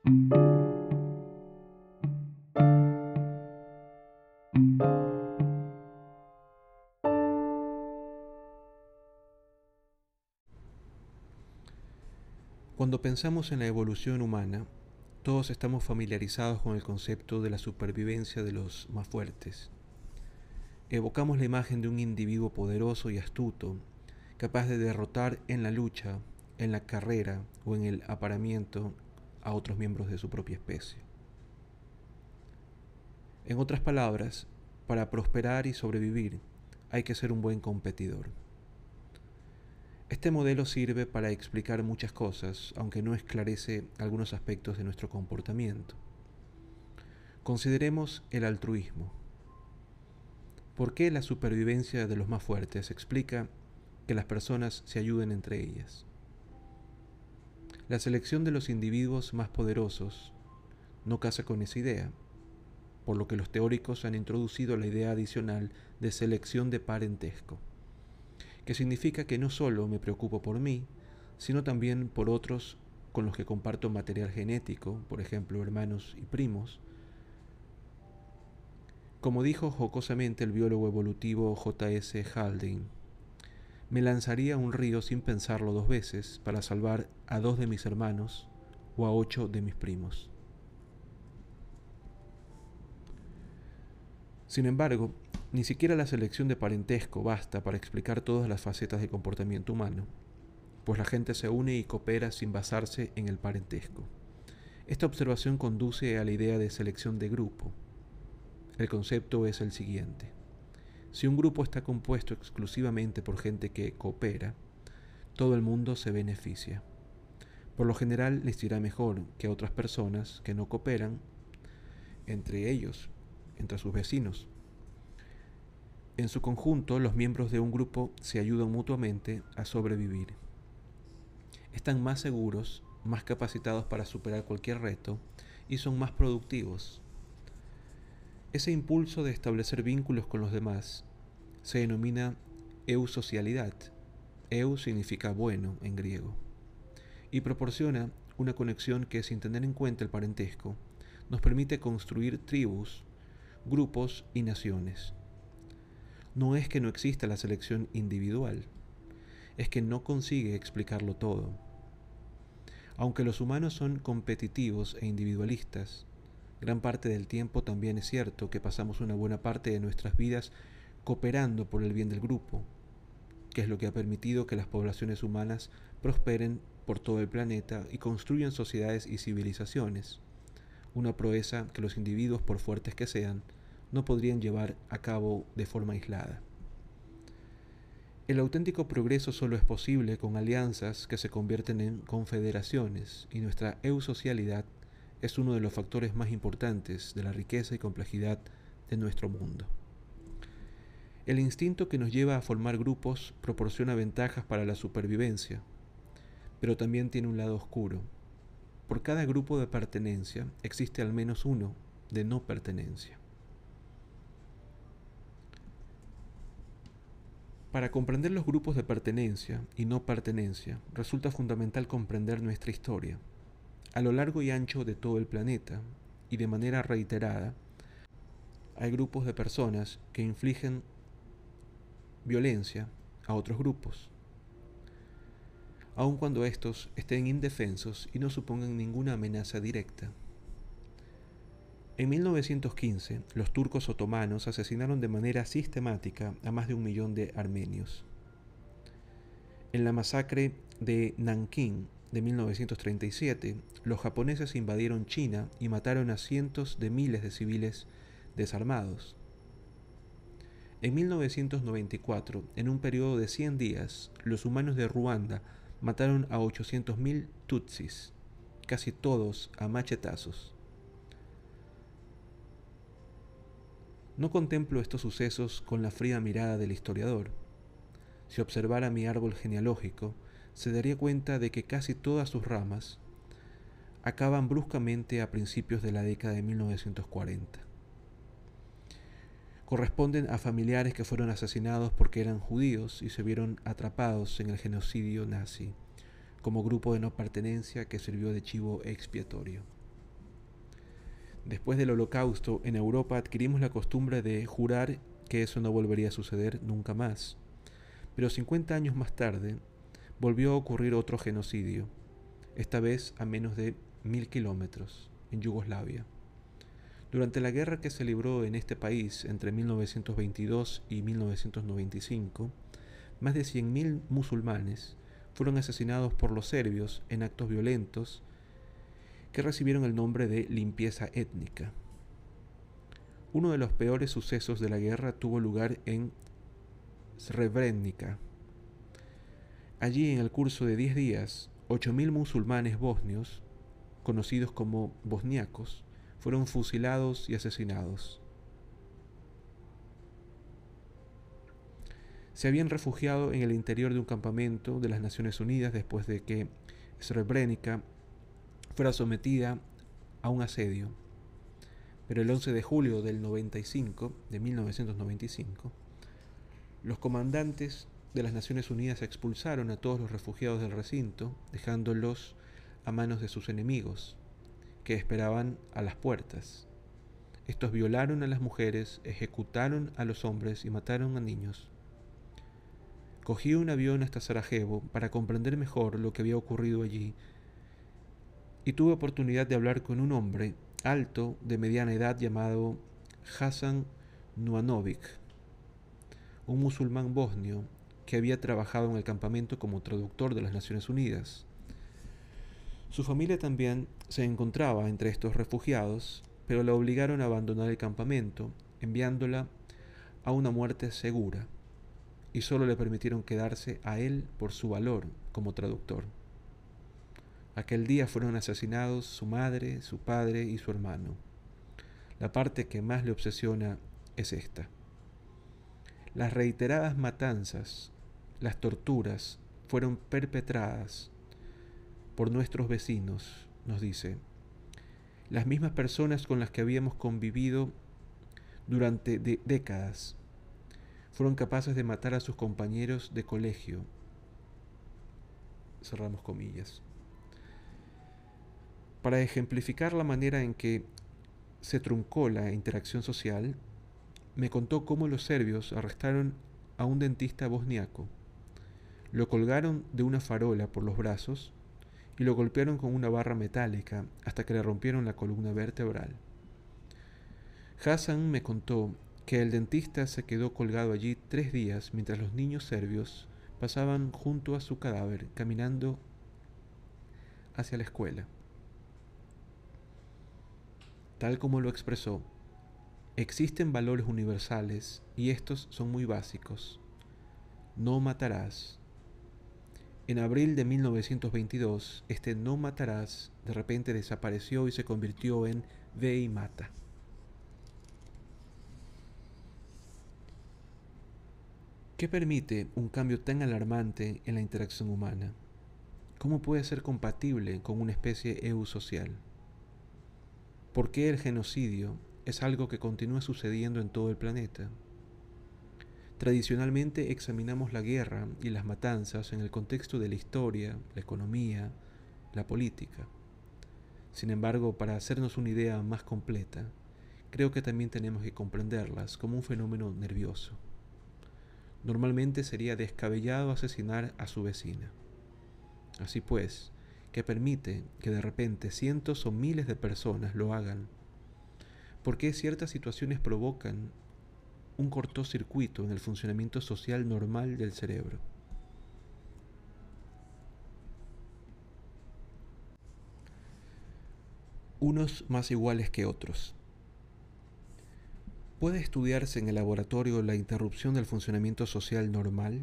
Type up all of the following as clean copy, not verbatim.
Cuando pensamos en la evolución humana, todos estamos familiarizados con el concepto de la supervivencia de los más fuertes. Evocamos la imagen de un individuo poderoso y astuto, capaz de derrotar en la lucha, en la carrera o en el apareamiento a otros miembros de su propia especie. En otras palabras, para prosperar y sobrevivir, hay que ser un buen competidor. Este modelo sirve para explicar muchas cosas, aunque no esclarece algunos aspectos de nuestro comportamiento. Consideremos el altruismo. ¿Por qué la supervivencia de los más fuertes explica que las personas se ayuden entre ellas? La selección de los individuos más poderosos no casa con esa idea, por lo que los teóricos han introducido la idea adicional de selección de parentesco, que significa que no solo me preocupo por mí, sino también por otros con los que comparto material genético, por ejemplo, hermanos y primos. Como dijo jocosamente el biólogo evolutivo J.S. Haldane, me lanzaría a un río sin pensarlo 2 veces para salvar a 2 de mis hermanos o a 8 de mis primos. Sin embargo, ni siquiera la selección de parentesco basta para explicar todas las facetas del comportamiento humano, pues la gente se une y coopera sin basarse en el parentesco. Esta observación conduce a la idea de selección de grupo. El concepto es el siguiente: si un grupo está compuesto exclusivamente por gente que coopera, todo el mundo se beneficia. Por lo general les irá mejor que a otras personas que no cooperan entre ellos, entre sus vecinos. En su conjunto, los miembros de un grupo se ayudan mutuamente a sobrevivir. Están más seguros, más capacitados para superar cualquier reto y son más productivos. Ese impulso de establecer vínculos con los demás se denomina eusocialidad. Eu significa bueno en griego, y proporciona una conexión que, sin tener en cuenta el parentesco, nos permite construir tribus, grupos y naciones. No es que no exista la selección individual, es que no consigue explicarlo todo. Aunque los humanos son competitivos e individualistas, gran parte del tiempo también es cierto que pasamos una buena parte de nuestras vidas cooperando por el bien del grupo, que es lo que ha permitido que las poblaciones humanas prosperen por todo el planeta y construyan sociedades y civilizaciones, una proeza que los individuos, por fuertes que sean, no podrían llevar a cabo de forma aislada. El auténtico progreso solo es posible con alianzas que se convierten en confederaciones, y nuestra eusocialidad es uno de los factores más importantes de la riqueza y complejidad de nuestro mundo. El instinto que nos lleva a formar grupos proporciona ventajas para la supervivencia, pero también tiene un lado oscuro. Por cada grupo de pertenencia existe al menos uno de no pertenencia. Para comprender los grupos de pertenencia y no pertenencia, resulta fundamental comprender nuestra historia. A lo largo y ancho de todo el planeta, y de manera reiterada, hay grupos de personas que infligen violencia a otros grupos, aun cuando estos estén indefensos y no supongan ninguna amenaza directa. En 1915, los turcos otomanos asesinaron de manera sistemática a más de 1 millón de armenios. En la masacre de Nankín de 1937, los japoneses invadieron China y mataron a cientos de miles de civiles desarmados. En 1994, en un periodo de 100 días, los humanos de Ruanda mataron a 800.000 tutsis, casi todos a machetazos. No contemplo estos sucesos con la fría mirada del historiador. Si observara mi árbol genealógico, se daría cuenta de que casi todas sus ramas acaban bruscamente a principios de la década de 1940. Corresponden a familiares que fueron asesinados porque eran judíos y se vieron atrapados en el genocidio nazi, como grupo de no pertenencia que sirvió de chivo expiatorio. Después del Holocausto, en Europa adquirimos la costumbre de jurar que eso no volvería a suceder nunca más. Pero 50 años más tarde, volvió a ocurrir otro genocidio, esta vez a menos de 1000 kilómetros, en Yugoslavia. Durante la guerra que se libró en este país entre 1922 y 1995, más de 100.000 musulmanes fueron asesinados por los serbios en actos violentos que recibieron el nombre de limpieza étnica. Uno de los peores sucesos de la guerra tuvo lugar en Srebrenica. Allí, en el curso de 10 días, 8.000 musulmanes bosnios, conocidos como bosniacos, fueron fusilados y asesinados. Se habían refugiado en el interior de un campamento de las Naciones Unidas después de que Srebrenica fuera sometida a un asedio. Pero el 11 de julio de 1995, los comandantes de las Naciones Unidas expulsaron a todos los refugiados del recinto, dejándolos a manos de sus enemigos, que esperaban a las puertas. Estos violaron a las mujeres, ejecutaron a los hombres y mataron a niños. Cogí un avión hasta Sarajevo para comprender mejor lo que había ocurrido allí y tuve oportunidad de hablar con un hombre alto de mediana edad llamado Hasan Nuanovic, un musulmán bosnio que había trabajado en el campamento como traductor de las Naciones Unidas. Su familia también se encontraba entre estos refugiados, pero la obligaron a abandonar el campamento, enviándola a una muerte segura, y solo le permitieron quedarse a él por su valor como traductor. Aquel día fueron asesinados su madre, su padre y su hermano. La parte que más le obsesiona es esta. Las reiteradas matanzas, las torturas, fueron perpetradas por nuestros vecinos, nos dice. Las mismas personas con las que habíamos convivido durante décadas fueron capaces de matar a sus compañeros de colegio. Cerramos comillas. Para ejemplificar la manera en que se truncó la interacción social, me contó cómo los serbios arrestaron a un dentista bosniaco, lo colgaron de una farola por los brazos y lo golpearon con una barra metálica hasta que le rompieron la columna vertebral. Hasan me contó que el dentista se quedó colgado allí 3 días mientras los niños serbios pasaban junto a su cadáver caminando hacia la escuela. Tal como lo expresó, existen valores universales y estos son muy básicos. No matarás. En abril de 1922, este no matarás de repente desapareció y se convirtió en ve y mata. ¿Qué permite un cambio tan alarmante en la interacción humana? ¿Cómo puede ser compatible con una especie eusocial? ¿Por qué el genocidio es algo que continúa sucediendo en todo el planeta? Tradicionalmente examinamos la guerra y las matanzas en el contexto de la historia, la economía, la política. Sin embargo, para hacernos una idea más completa, creo que también tenemos que comprenderlas como un fenómeno nervioso. Normalmente sería descabellado asesinar a su vecina. Así pues, ¿qué permite que de repente cientos o miles de personas lo hagan? ¿Por qué ciertas situaciones provocan un cortocircuito en el funcionamiento social normal del cerebro? Unos más iguales que otros. ¿Puede estudiarse en el laboratorio la interrupción del funcionamiento social normal?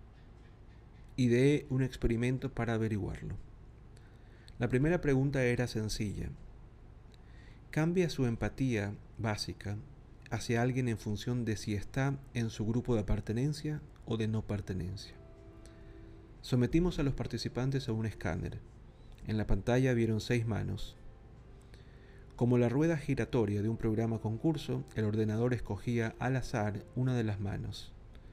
Ideé un experimento para averiguarlo. La primera pregunta era sencilla. ¿Cambia su empatía básica hacia alguien en función de si está en su grupo de pertenencia o de no pertenencia? Sometimos a los participantes a un escáner. En la pantalla vieron 6 manos. Como la rueda giratoria de un programa concurso, el ordenador escogía al azar una de las manos.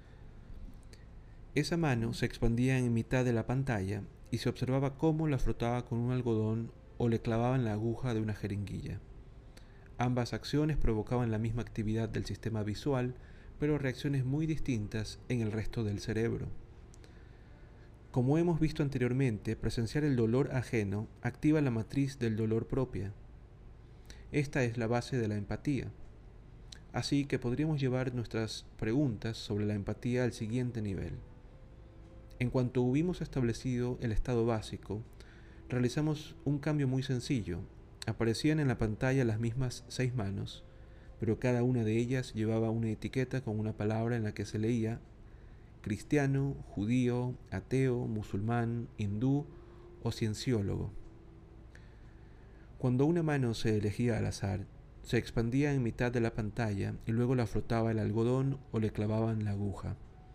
Esa mano se expandía en mitad de la pantalla y se observaba cómo la frotaba con un algodón o le clavaban la aguja de una jeringuilla. Ambas acciones provocaban la misma actividad del sistema visual, pero reacciones muy distintas en el resto del cerebro. Como hemos visto anteriormente, presenciar el dolor ajeno activa la matriz del dolor propia. Esta es la base de la empatía. Así que podríamos llevar nuestras preguntas sobre la empatía al siguiente nivel. En cuanto hubimos establecido el estado básico, realizamos un cambio muy sencillo. Aparecían en la pantalla las mismas 6 manos, pero cada una de ellas llevaba una etiqueta con una palabra en la que se leía cristiano, judío, ateo, musulmán, hindú o cienciólogo. Cuando una mano se elegía al azar, se expandía en mitad de la pantalla y luego la frotaba el algodón o le clavaban la aguja.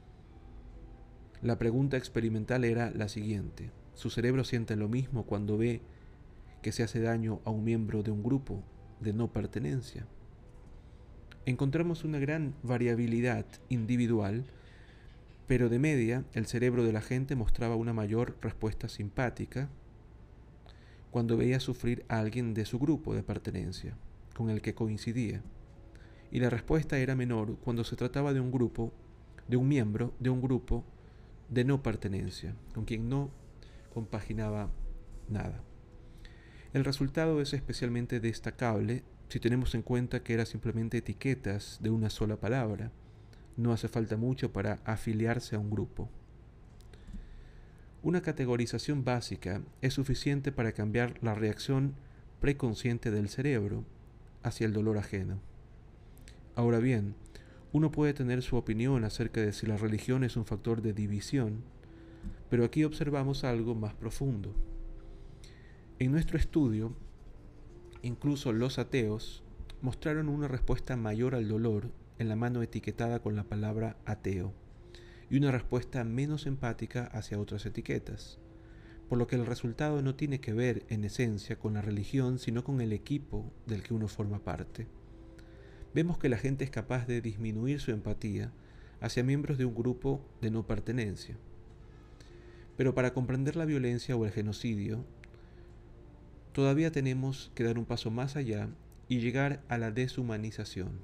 La pregunta experimental era la siguiente: ¿su cerebro siente lo mismo cuando ve que se hace daño a un miembro de un grupo de no pertenencia? Encontramos una gran variabilidad individual, pero de media el cerebro de la gente mostraba una mayor respuesta simpática cuando veía sufrir a alguien de su grupo de pertenencia, con el que coincidía, y la respuesta era menor cuando se trataba de un miembro de un grupo de no pertenencia, con quien no compaginaba nada. El resultado es especialmente destacable si tenemos en cuenta que eran simplemente etiquetas de una sola palabra. No hace falta mucho para afiliarse a un grupo. Una categorización básica es suficiente para cambiar la reacción preconsciente del cerebro hacia el dolor ajeno. Ahora bien, uno puede tener su opinión acerca de si la religión es un factor de división, pero aquí observamos algo más profundo. En nuestro estudio, incluso los ateos mostraron una respuesta mayor al dolor en la mano etiquetada con la palabra ateo, y una respuesta menos empática hacia otras etiquetas, por lo que el resultado no tiene que ver en esencia con la religión, sino con el equipo del que uno forma parte. Vemos que la gente es capaz de disminuir su empatía hacia miembros de un grupo de no pertenencia. Pero para comprender la violencia o el genocidio, todavía tenemos que dar un paso más allá y llegar a la deshumanización.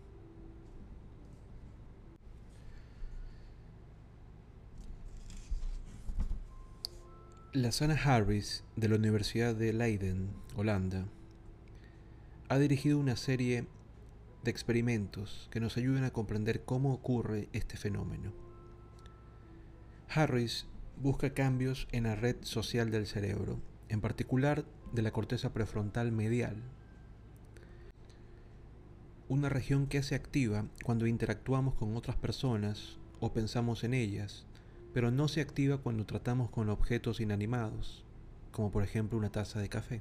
La Sana Harris, de la Universidad de Leiden, Holanda, ha dirigido una serie de experimentos que nos ayudan a comprender cómo ocurre este fenómeno. Harris busca cambios en la red social del cerebro, en particular de la corteza prefrontal medial, una región que se activa cuando interactuamos con otras personas o pensamos en ellas, pero no se activa cuando tratamos con objetos inanimados, como por ejemplo una taza de café.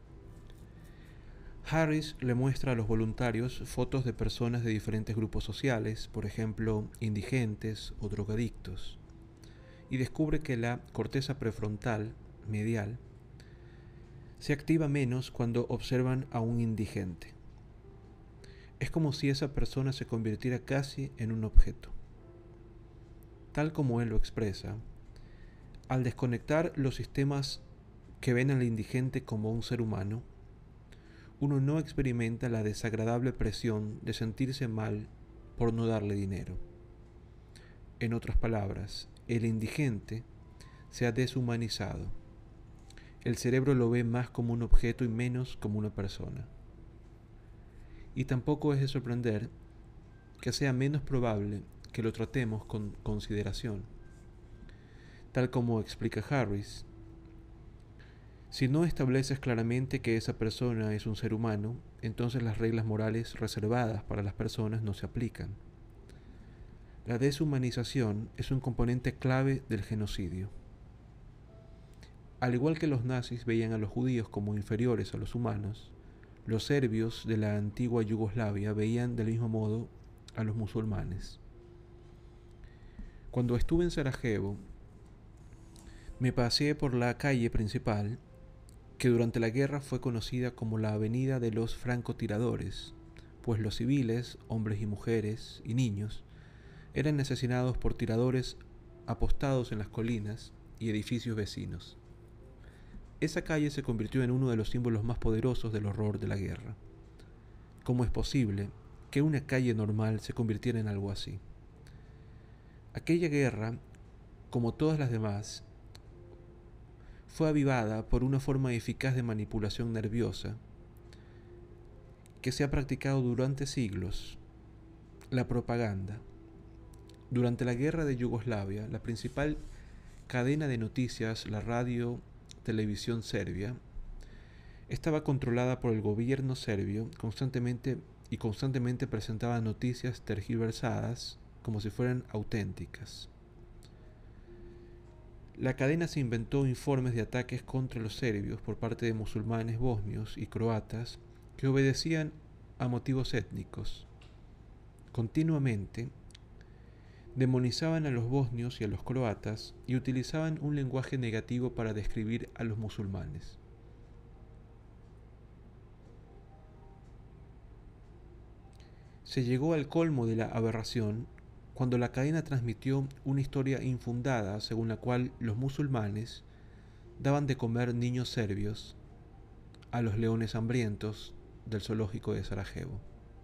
Harris le muestra a los voluntarios fotos de personas de diferentes grupos sociales, por ejemplo indigentes o drogadictos, y descubre que la corteza prefrontal medial se activa menos cuando observan a un indigente. Es como si esa persona se convirtiera casi en un objeto. Tal como él lo expresa, al desconectar los sistemas que ven al indigente como un ser humano, uno no experimenta la desagradable presión de sentirse mal por no darle dinero. En otras palabras, el indigente se ha deshumanizado. El cerebro lo ve más como un objeto y menos como una persona. Y tampoco es de sorprender que sea menos probable que lo tratemos con consideración. Tal como explica Harris, si no estableces claramente que esa persona es un ser humano, entonces las reglas morales reservadas para las personas no se aplican. La deshumanización es un componente clave del genocidio. Al igual que los nazis veían a los judíos como inferiores a los humanos, los serbios de la antigua Yugoslavia veían del mismo modo a los musulmanes. Cuando estuve en Sarajevo, me paseé por la calle principal, que durante la guerra fue conocida como la Avenida de los Francotiradores, pues los civiles, hombres y mujeres y niños, eran asesinados por tiradores apostados en las colinas y edificios vecinos. Esa calle se convirtió en uno de los símbolos más poderosos del horror de la guerra. ¿Cómo es posible que una calle normal se convirtiera en algo así? Aquella guerra, como todas las demás, fue avivada por una forma eficaz de manipulación nerviosa que se ha practicado durante siglos: la propaganda. Durante la guerra de Yugoslavia, la principal cadena de noticias, la radio televisión serbia, estaba controlada por el gobierno serbio constantemente presentaba noticias tergiversadas como si fueran auténticas. La cadena se inventó informes de ataques contra los serbios por parte de musulmanes bosnios y croatas que obedecían a motivos étnicos. Continuamente demonizaban a los bosnios y a los croatas y utilizaban un lenguaje negativo para describir a los musulmanes. Se llegó al colmo de la aberración cuando la cadena transmitió una historia infundada según la cual los musulmanes daban de comer niños serbios a los leones hambrientos del zoológico de Sarajevo.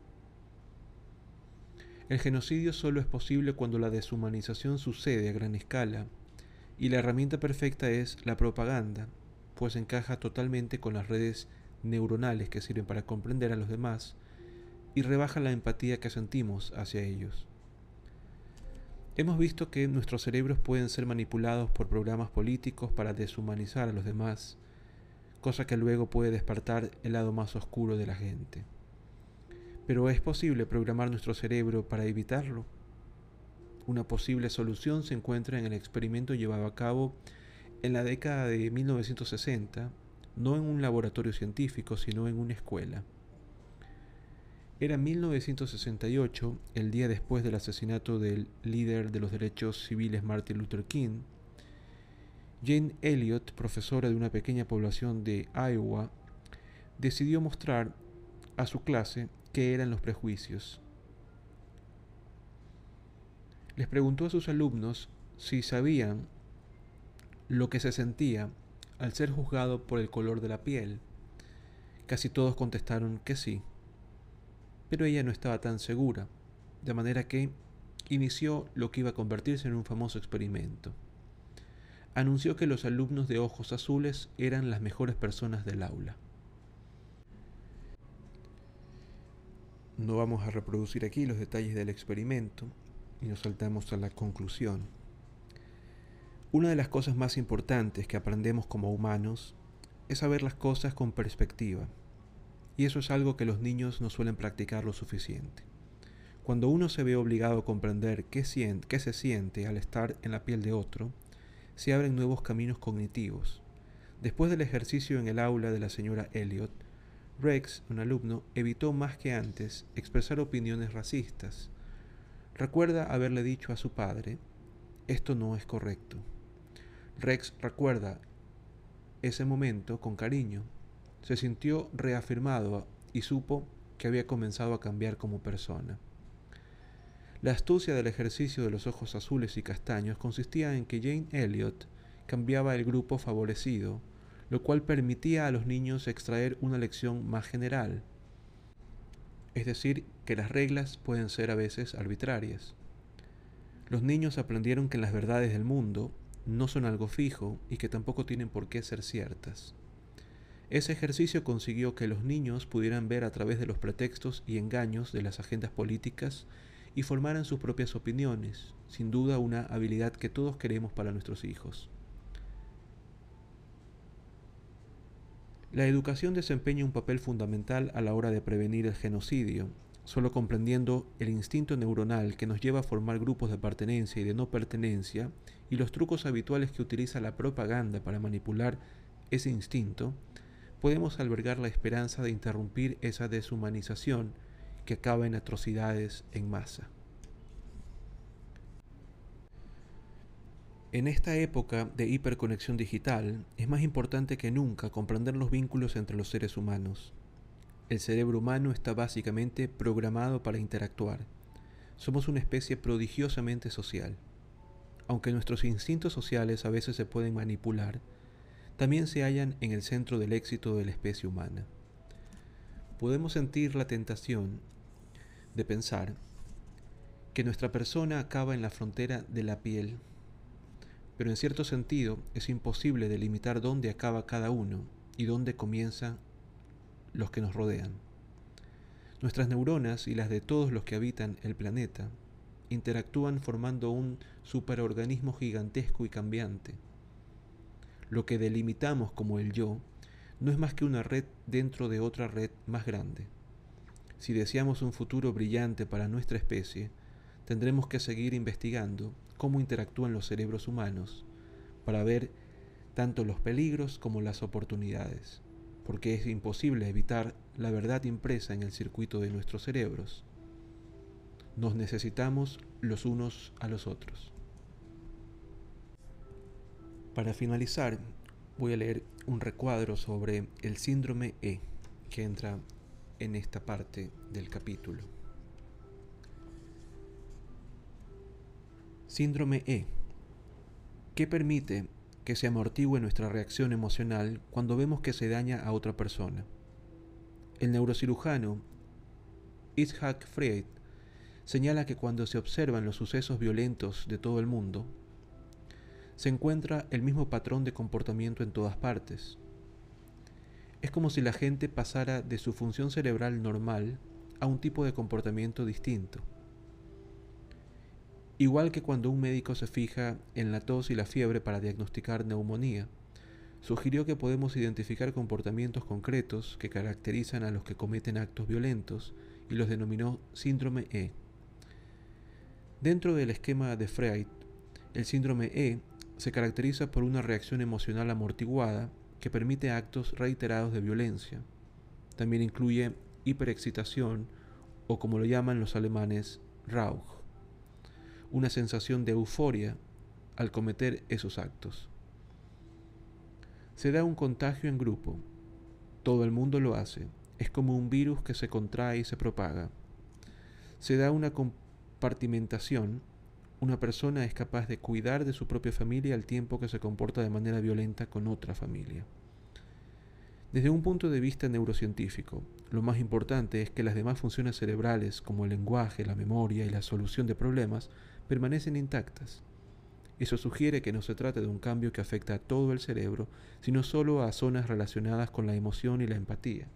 El genocidio solo es posible cuando la deshumanización sucede a gran escala, y la herramienta perfecta es la propaganda, pues encaja totalmente con las redes neuronales que sirven para comprender a los demás y rebaja la empatía que sentimos hacia ellos. Hemos visto que nuestros cerebros pueden ser manipulados por programas políticos para deshumanizar a los demás, cosa que luego puede despertar el lado más oscuro de la gente. Pero ¿es posible programar nuestro cerebro para evitarlo? Una posible solución se encuentra en el experimento llevado a cabo en la década de 1960, no en un laboratorio científico, sino en una escuela. Era 1968, el día después del asesinato del líder de los derechos civiles Martin Luther King. Jane Elliott, profesora de una pequeña población de Iowa, decidió mostrar a su clase qué eran los prejuicios. Les preguntó a sus alumnos si sabían lo que se sentía al ser juzgado por el color de la piel. Casi todos contestaron que sí, pero ella no estaba tan segura, de manera que inició lo que iba a convertirse en un famoso experimento. Anunció que los alumnos de ojos azules eran las mejores personas del aula. No vamos a reproducir aquí los detalles del experimento y nos saltamos a la conclusión. Una de las cosas más importantes que aprendemos como humanos es saber las cosas con perspectiva, y eso es algo que los niños no suelen practicar lo suficiente. Cuando uno se ve obligado a comprender qué se siente al estar en la piel de otro, se abren nuevos caminos cognitivos. Después del ejercicio en el aula de la señora Elliott, Rex, un alumno, evitó más que antes expresar opiniones racistas. Recuerda haberle dicho a su padre: esto no es correcto. Rex recuerda ese momento con cariño. Se sintió reafirmado y supo que había comenzado a cambiar como persona. La astucia del ejercicio de los ojos azules y castaños consistía en que Jane Elliott cambiaba el grupo favorecido, lo cual permitía a los niños extraer una lección más general. Es decir, que las reglas pueden ser a veces arbitrarias. Los niños aprendieron que las verdades del mundo no son algo fijo y que tampoco tienen por qué ser ciertas. Ese ejercicio consiguió que los niños pudieran ver a través de los pretextos y engaños de las agendas políticas y formaran sus propias opiniones, sin duda una habilidad que todos queremos para nuestros hijos. La educación desempeña un papel fundamental a la hora de prevenir el genocidio. Solo comprendiendo el instinto neuronal que nos lleva a formar grupos de pertenencia y de no pertenencia y los trucos habituales que utiliza la propaganda para manipular ese instinto, podemos albergar la esperanza de interrumpir esa deshumanización que acaba en atrocidades en masa. En esta época de hiperconexión digital, es más importante que nunca comprender los vínculos entre los seres humanos. El cerebro humano está básicamente programado para interactuar. Somos una especie prodigiosamente social. Aunque nuestros instintos sociales a veces se pueden manipular, también se hallan en el centro del éxito de la especie humana. podemos sentir la tentación de pensar que nuestra persona acaba en la frontera de la piel, pero en cierto sentido es imposible delimitar dónde acaba cada uno y dónde comienzan los que nos rodean. Nuestras neuronas y las de todos los que habitan el planeta interactúan formando un superorganismo gigantesco y cambiante. Lo que delimitamos como el yo no es más que una red dentro de otra red más grande. Si deseamos un futuro brillante para nuestra especie, tendremos que seguir investigando cómo interactúan los cerebros humanos para ver tanto los peligros como las oportunidades, porque es imposible evitar la verdad impresa en el circuito de nuestros cerebros. Nos necesitamos los unos a los otros. Para finalizar, voy a leer un recuadro sobre el síndrome E, que entra en esta parte del capítulo. Síndrome E. ¿Qué permite que se amortigüe nuestra reacción emocional cuando vemos que se daña a otra persona? El neurocirujano Itzhak Fried señala que cuando se observan los sucesos violentos de todo el mundo, se encuentra el mismo patrón de comportamiento en todas partes. Es como si la gente pasara de su función cerebral normal a un tipo de comportamiento distinto. Igual que cuando un médico se fija en la tos y la fiebre para diagnosticar neumonía, sugirió que podemos identificar comportamientos concretos que caracterizan a los que cometen actos violentos y los denominó síndrome E. Dentro del esquema de Freud, el síndrome E se caracteriza por una reacción emocional amortiguada que permite actos reiterados de violencia. También incluye hiperexcitación o, como lo llaman los alemanes, Rausch, una sensación de euforia al cometer esos actos. Se da un contagio en grupo. Todo el mundo lo hace. Es como un virus que se contrae y se propaga. Se da una compartimentación. Una persona es capaz de cuidar de su propia familia al tiempo que se comporta de manera violenta con otra familia. Desde un punto de vista neurocientífico, lo más importante es que las demás funciones cerebrales, como el lenguaje, la memoria y la solución de problemas, permanecen intactas. Eso sugiere que no se trata de un cambio que afecta a todo el cerebro, sino solo a zonas relacionadas con la emoción y la empatía.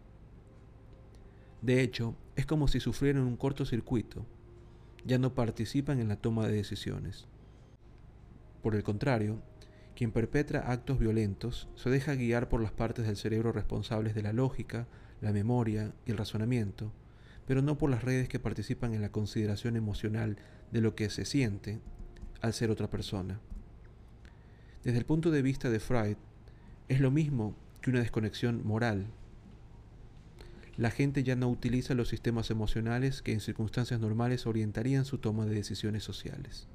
De hecho, es como si sufrieran un cortocircuito. Ya no participan en la toma de decisiones. Por el contrario, quien perpetra actos violentos se deja guiar por las partes del cerebro responsables de la lógica, la memoria y el razonamiento, pero no por las redes que participan en la consideración emocional de lo que se siente al ser otra persona. Desde el punto de vista de Freud, es lo mismo que una desconexión moral. La gente ya no utiliza los sistemas emocionales que en circunstancias normales orientarían su toma de decisiones sociales.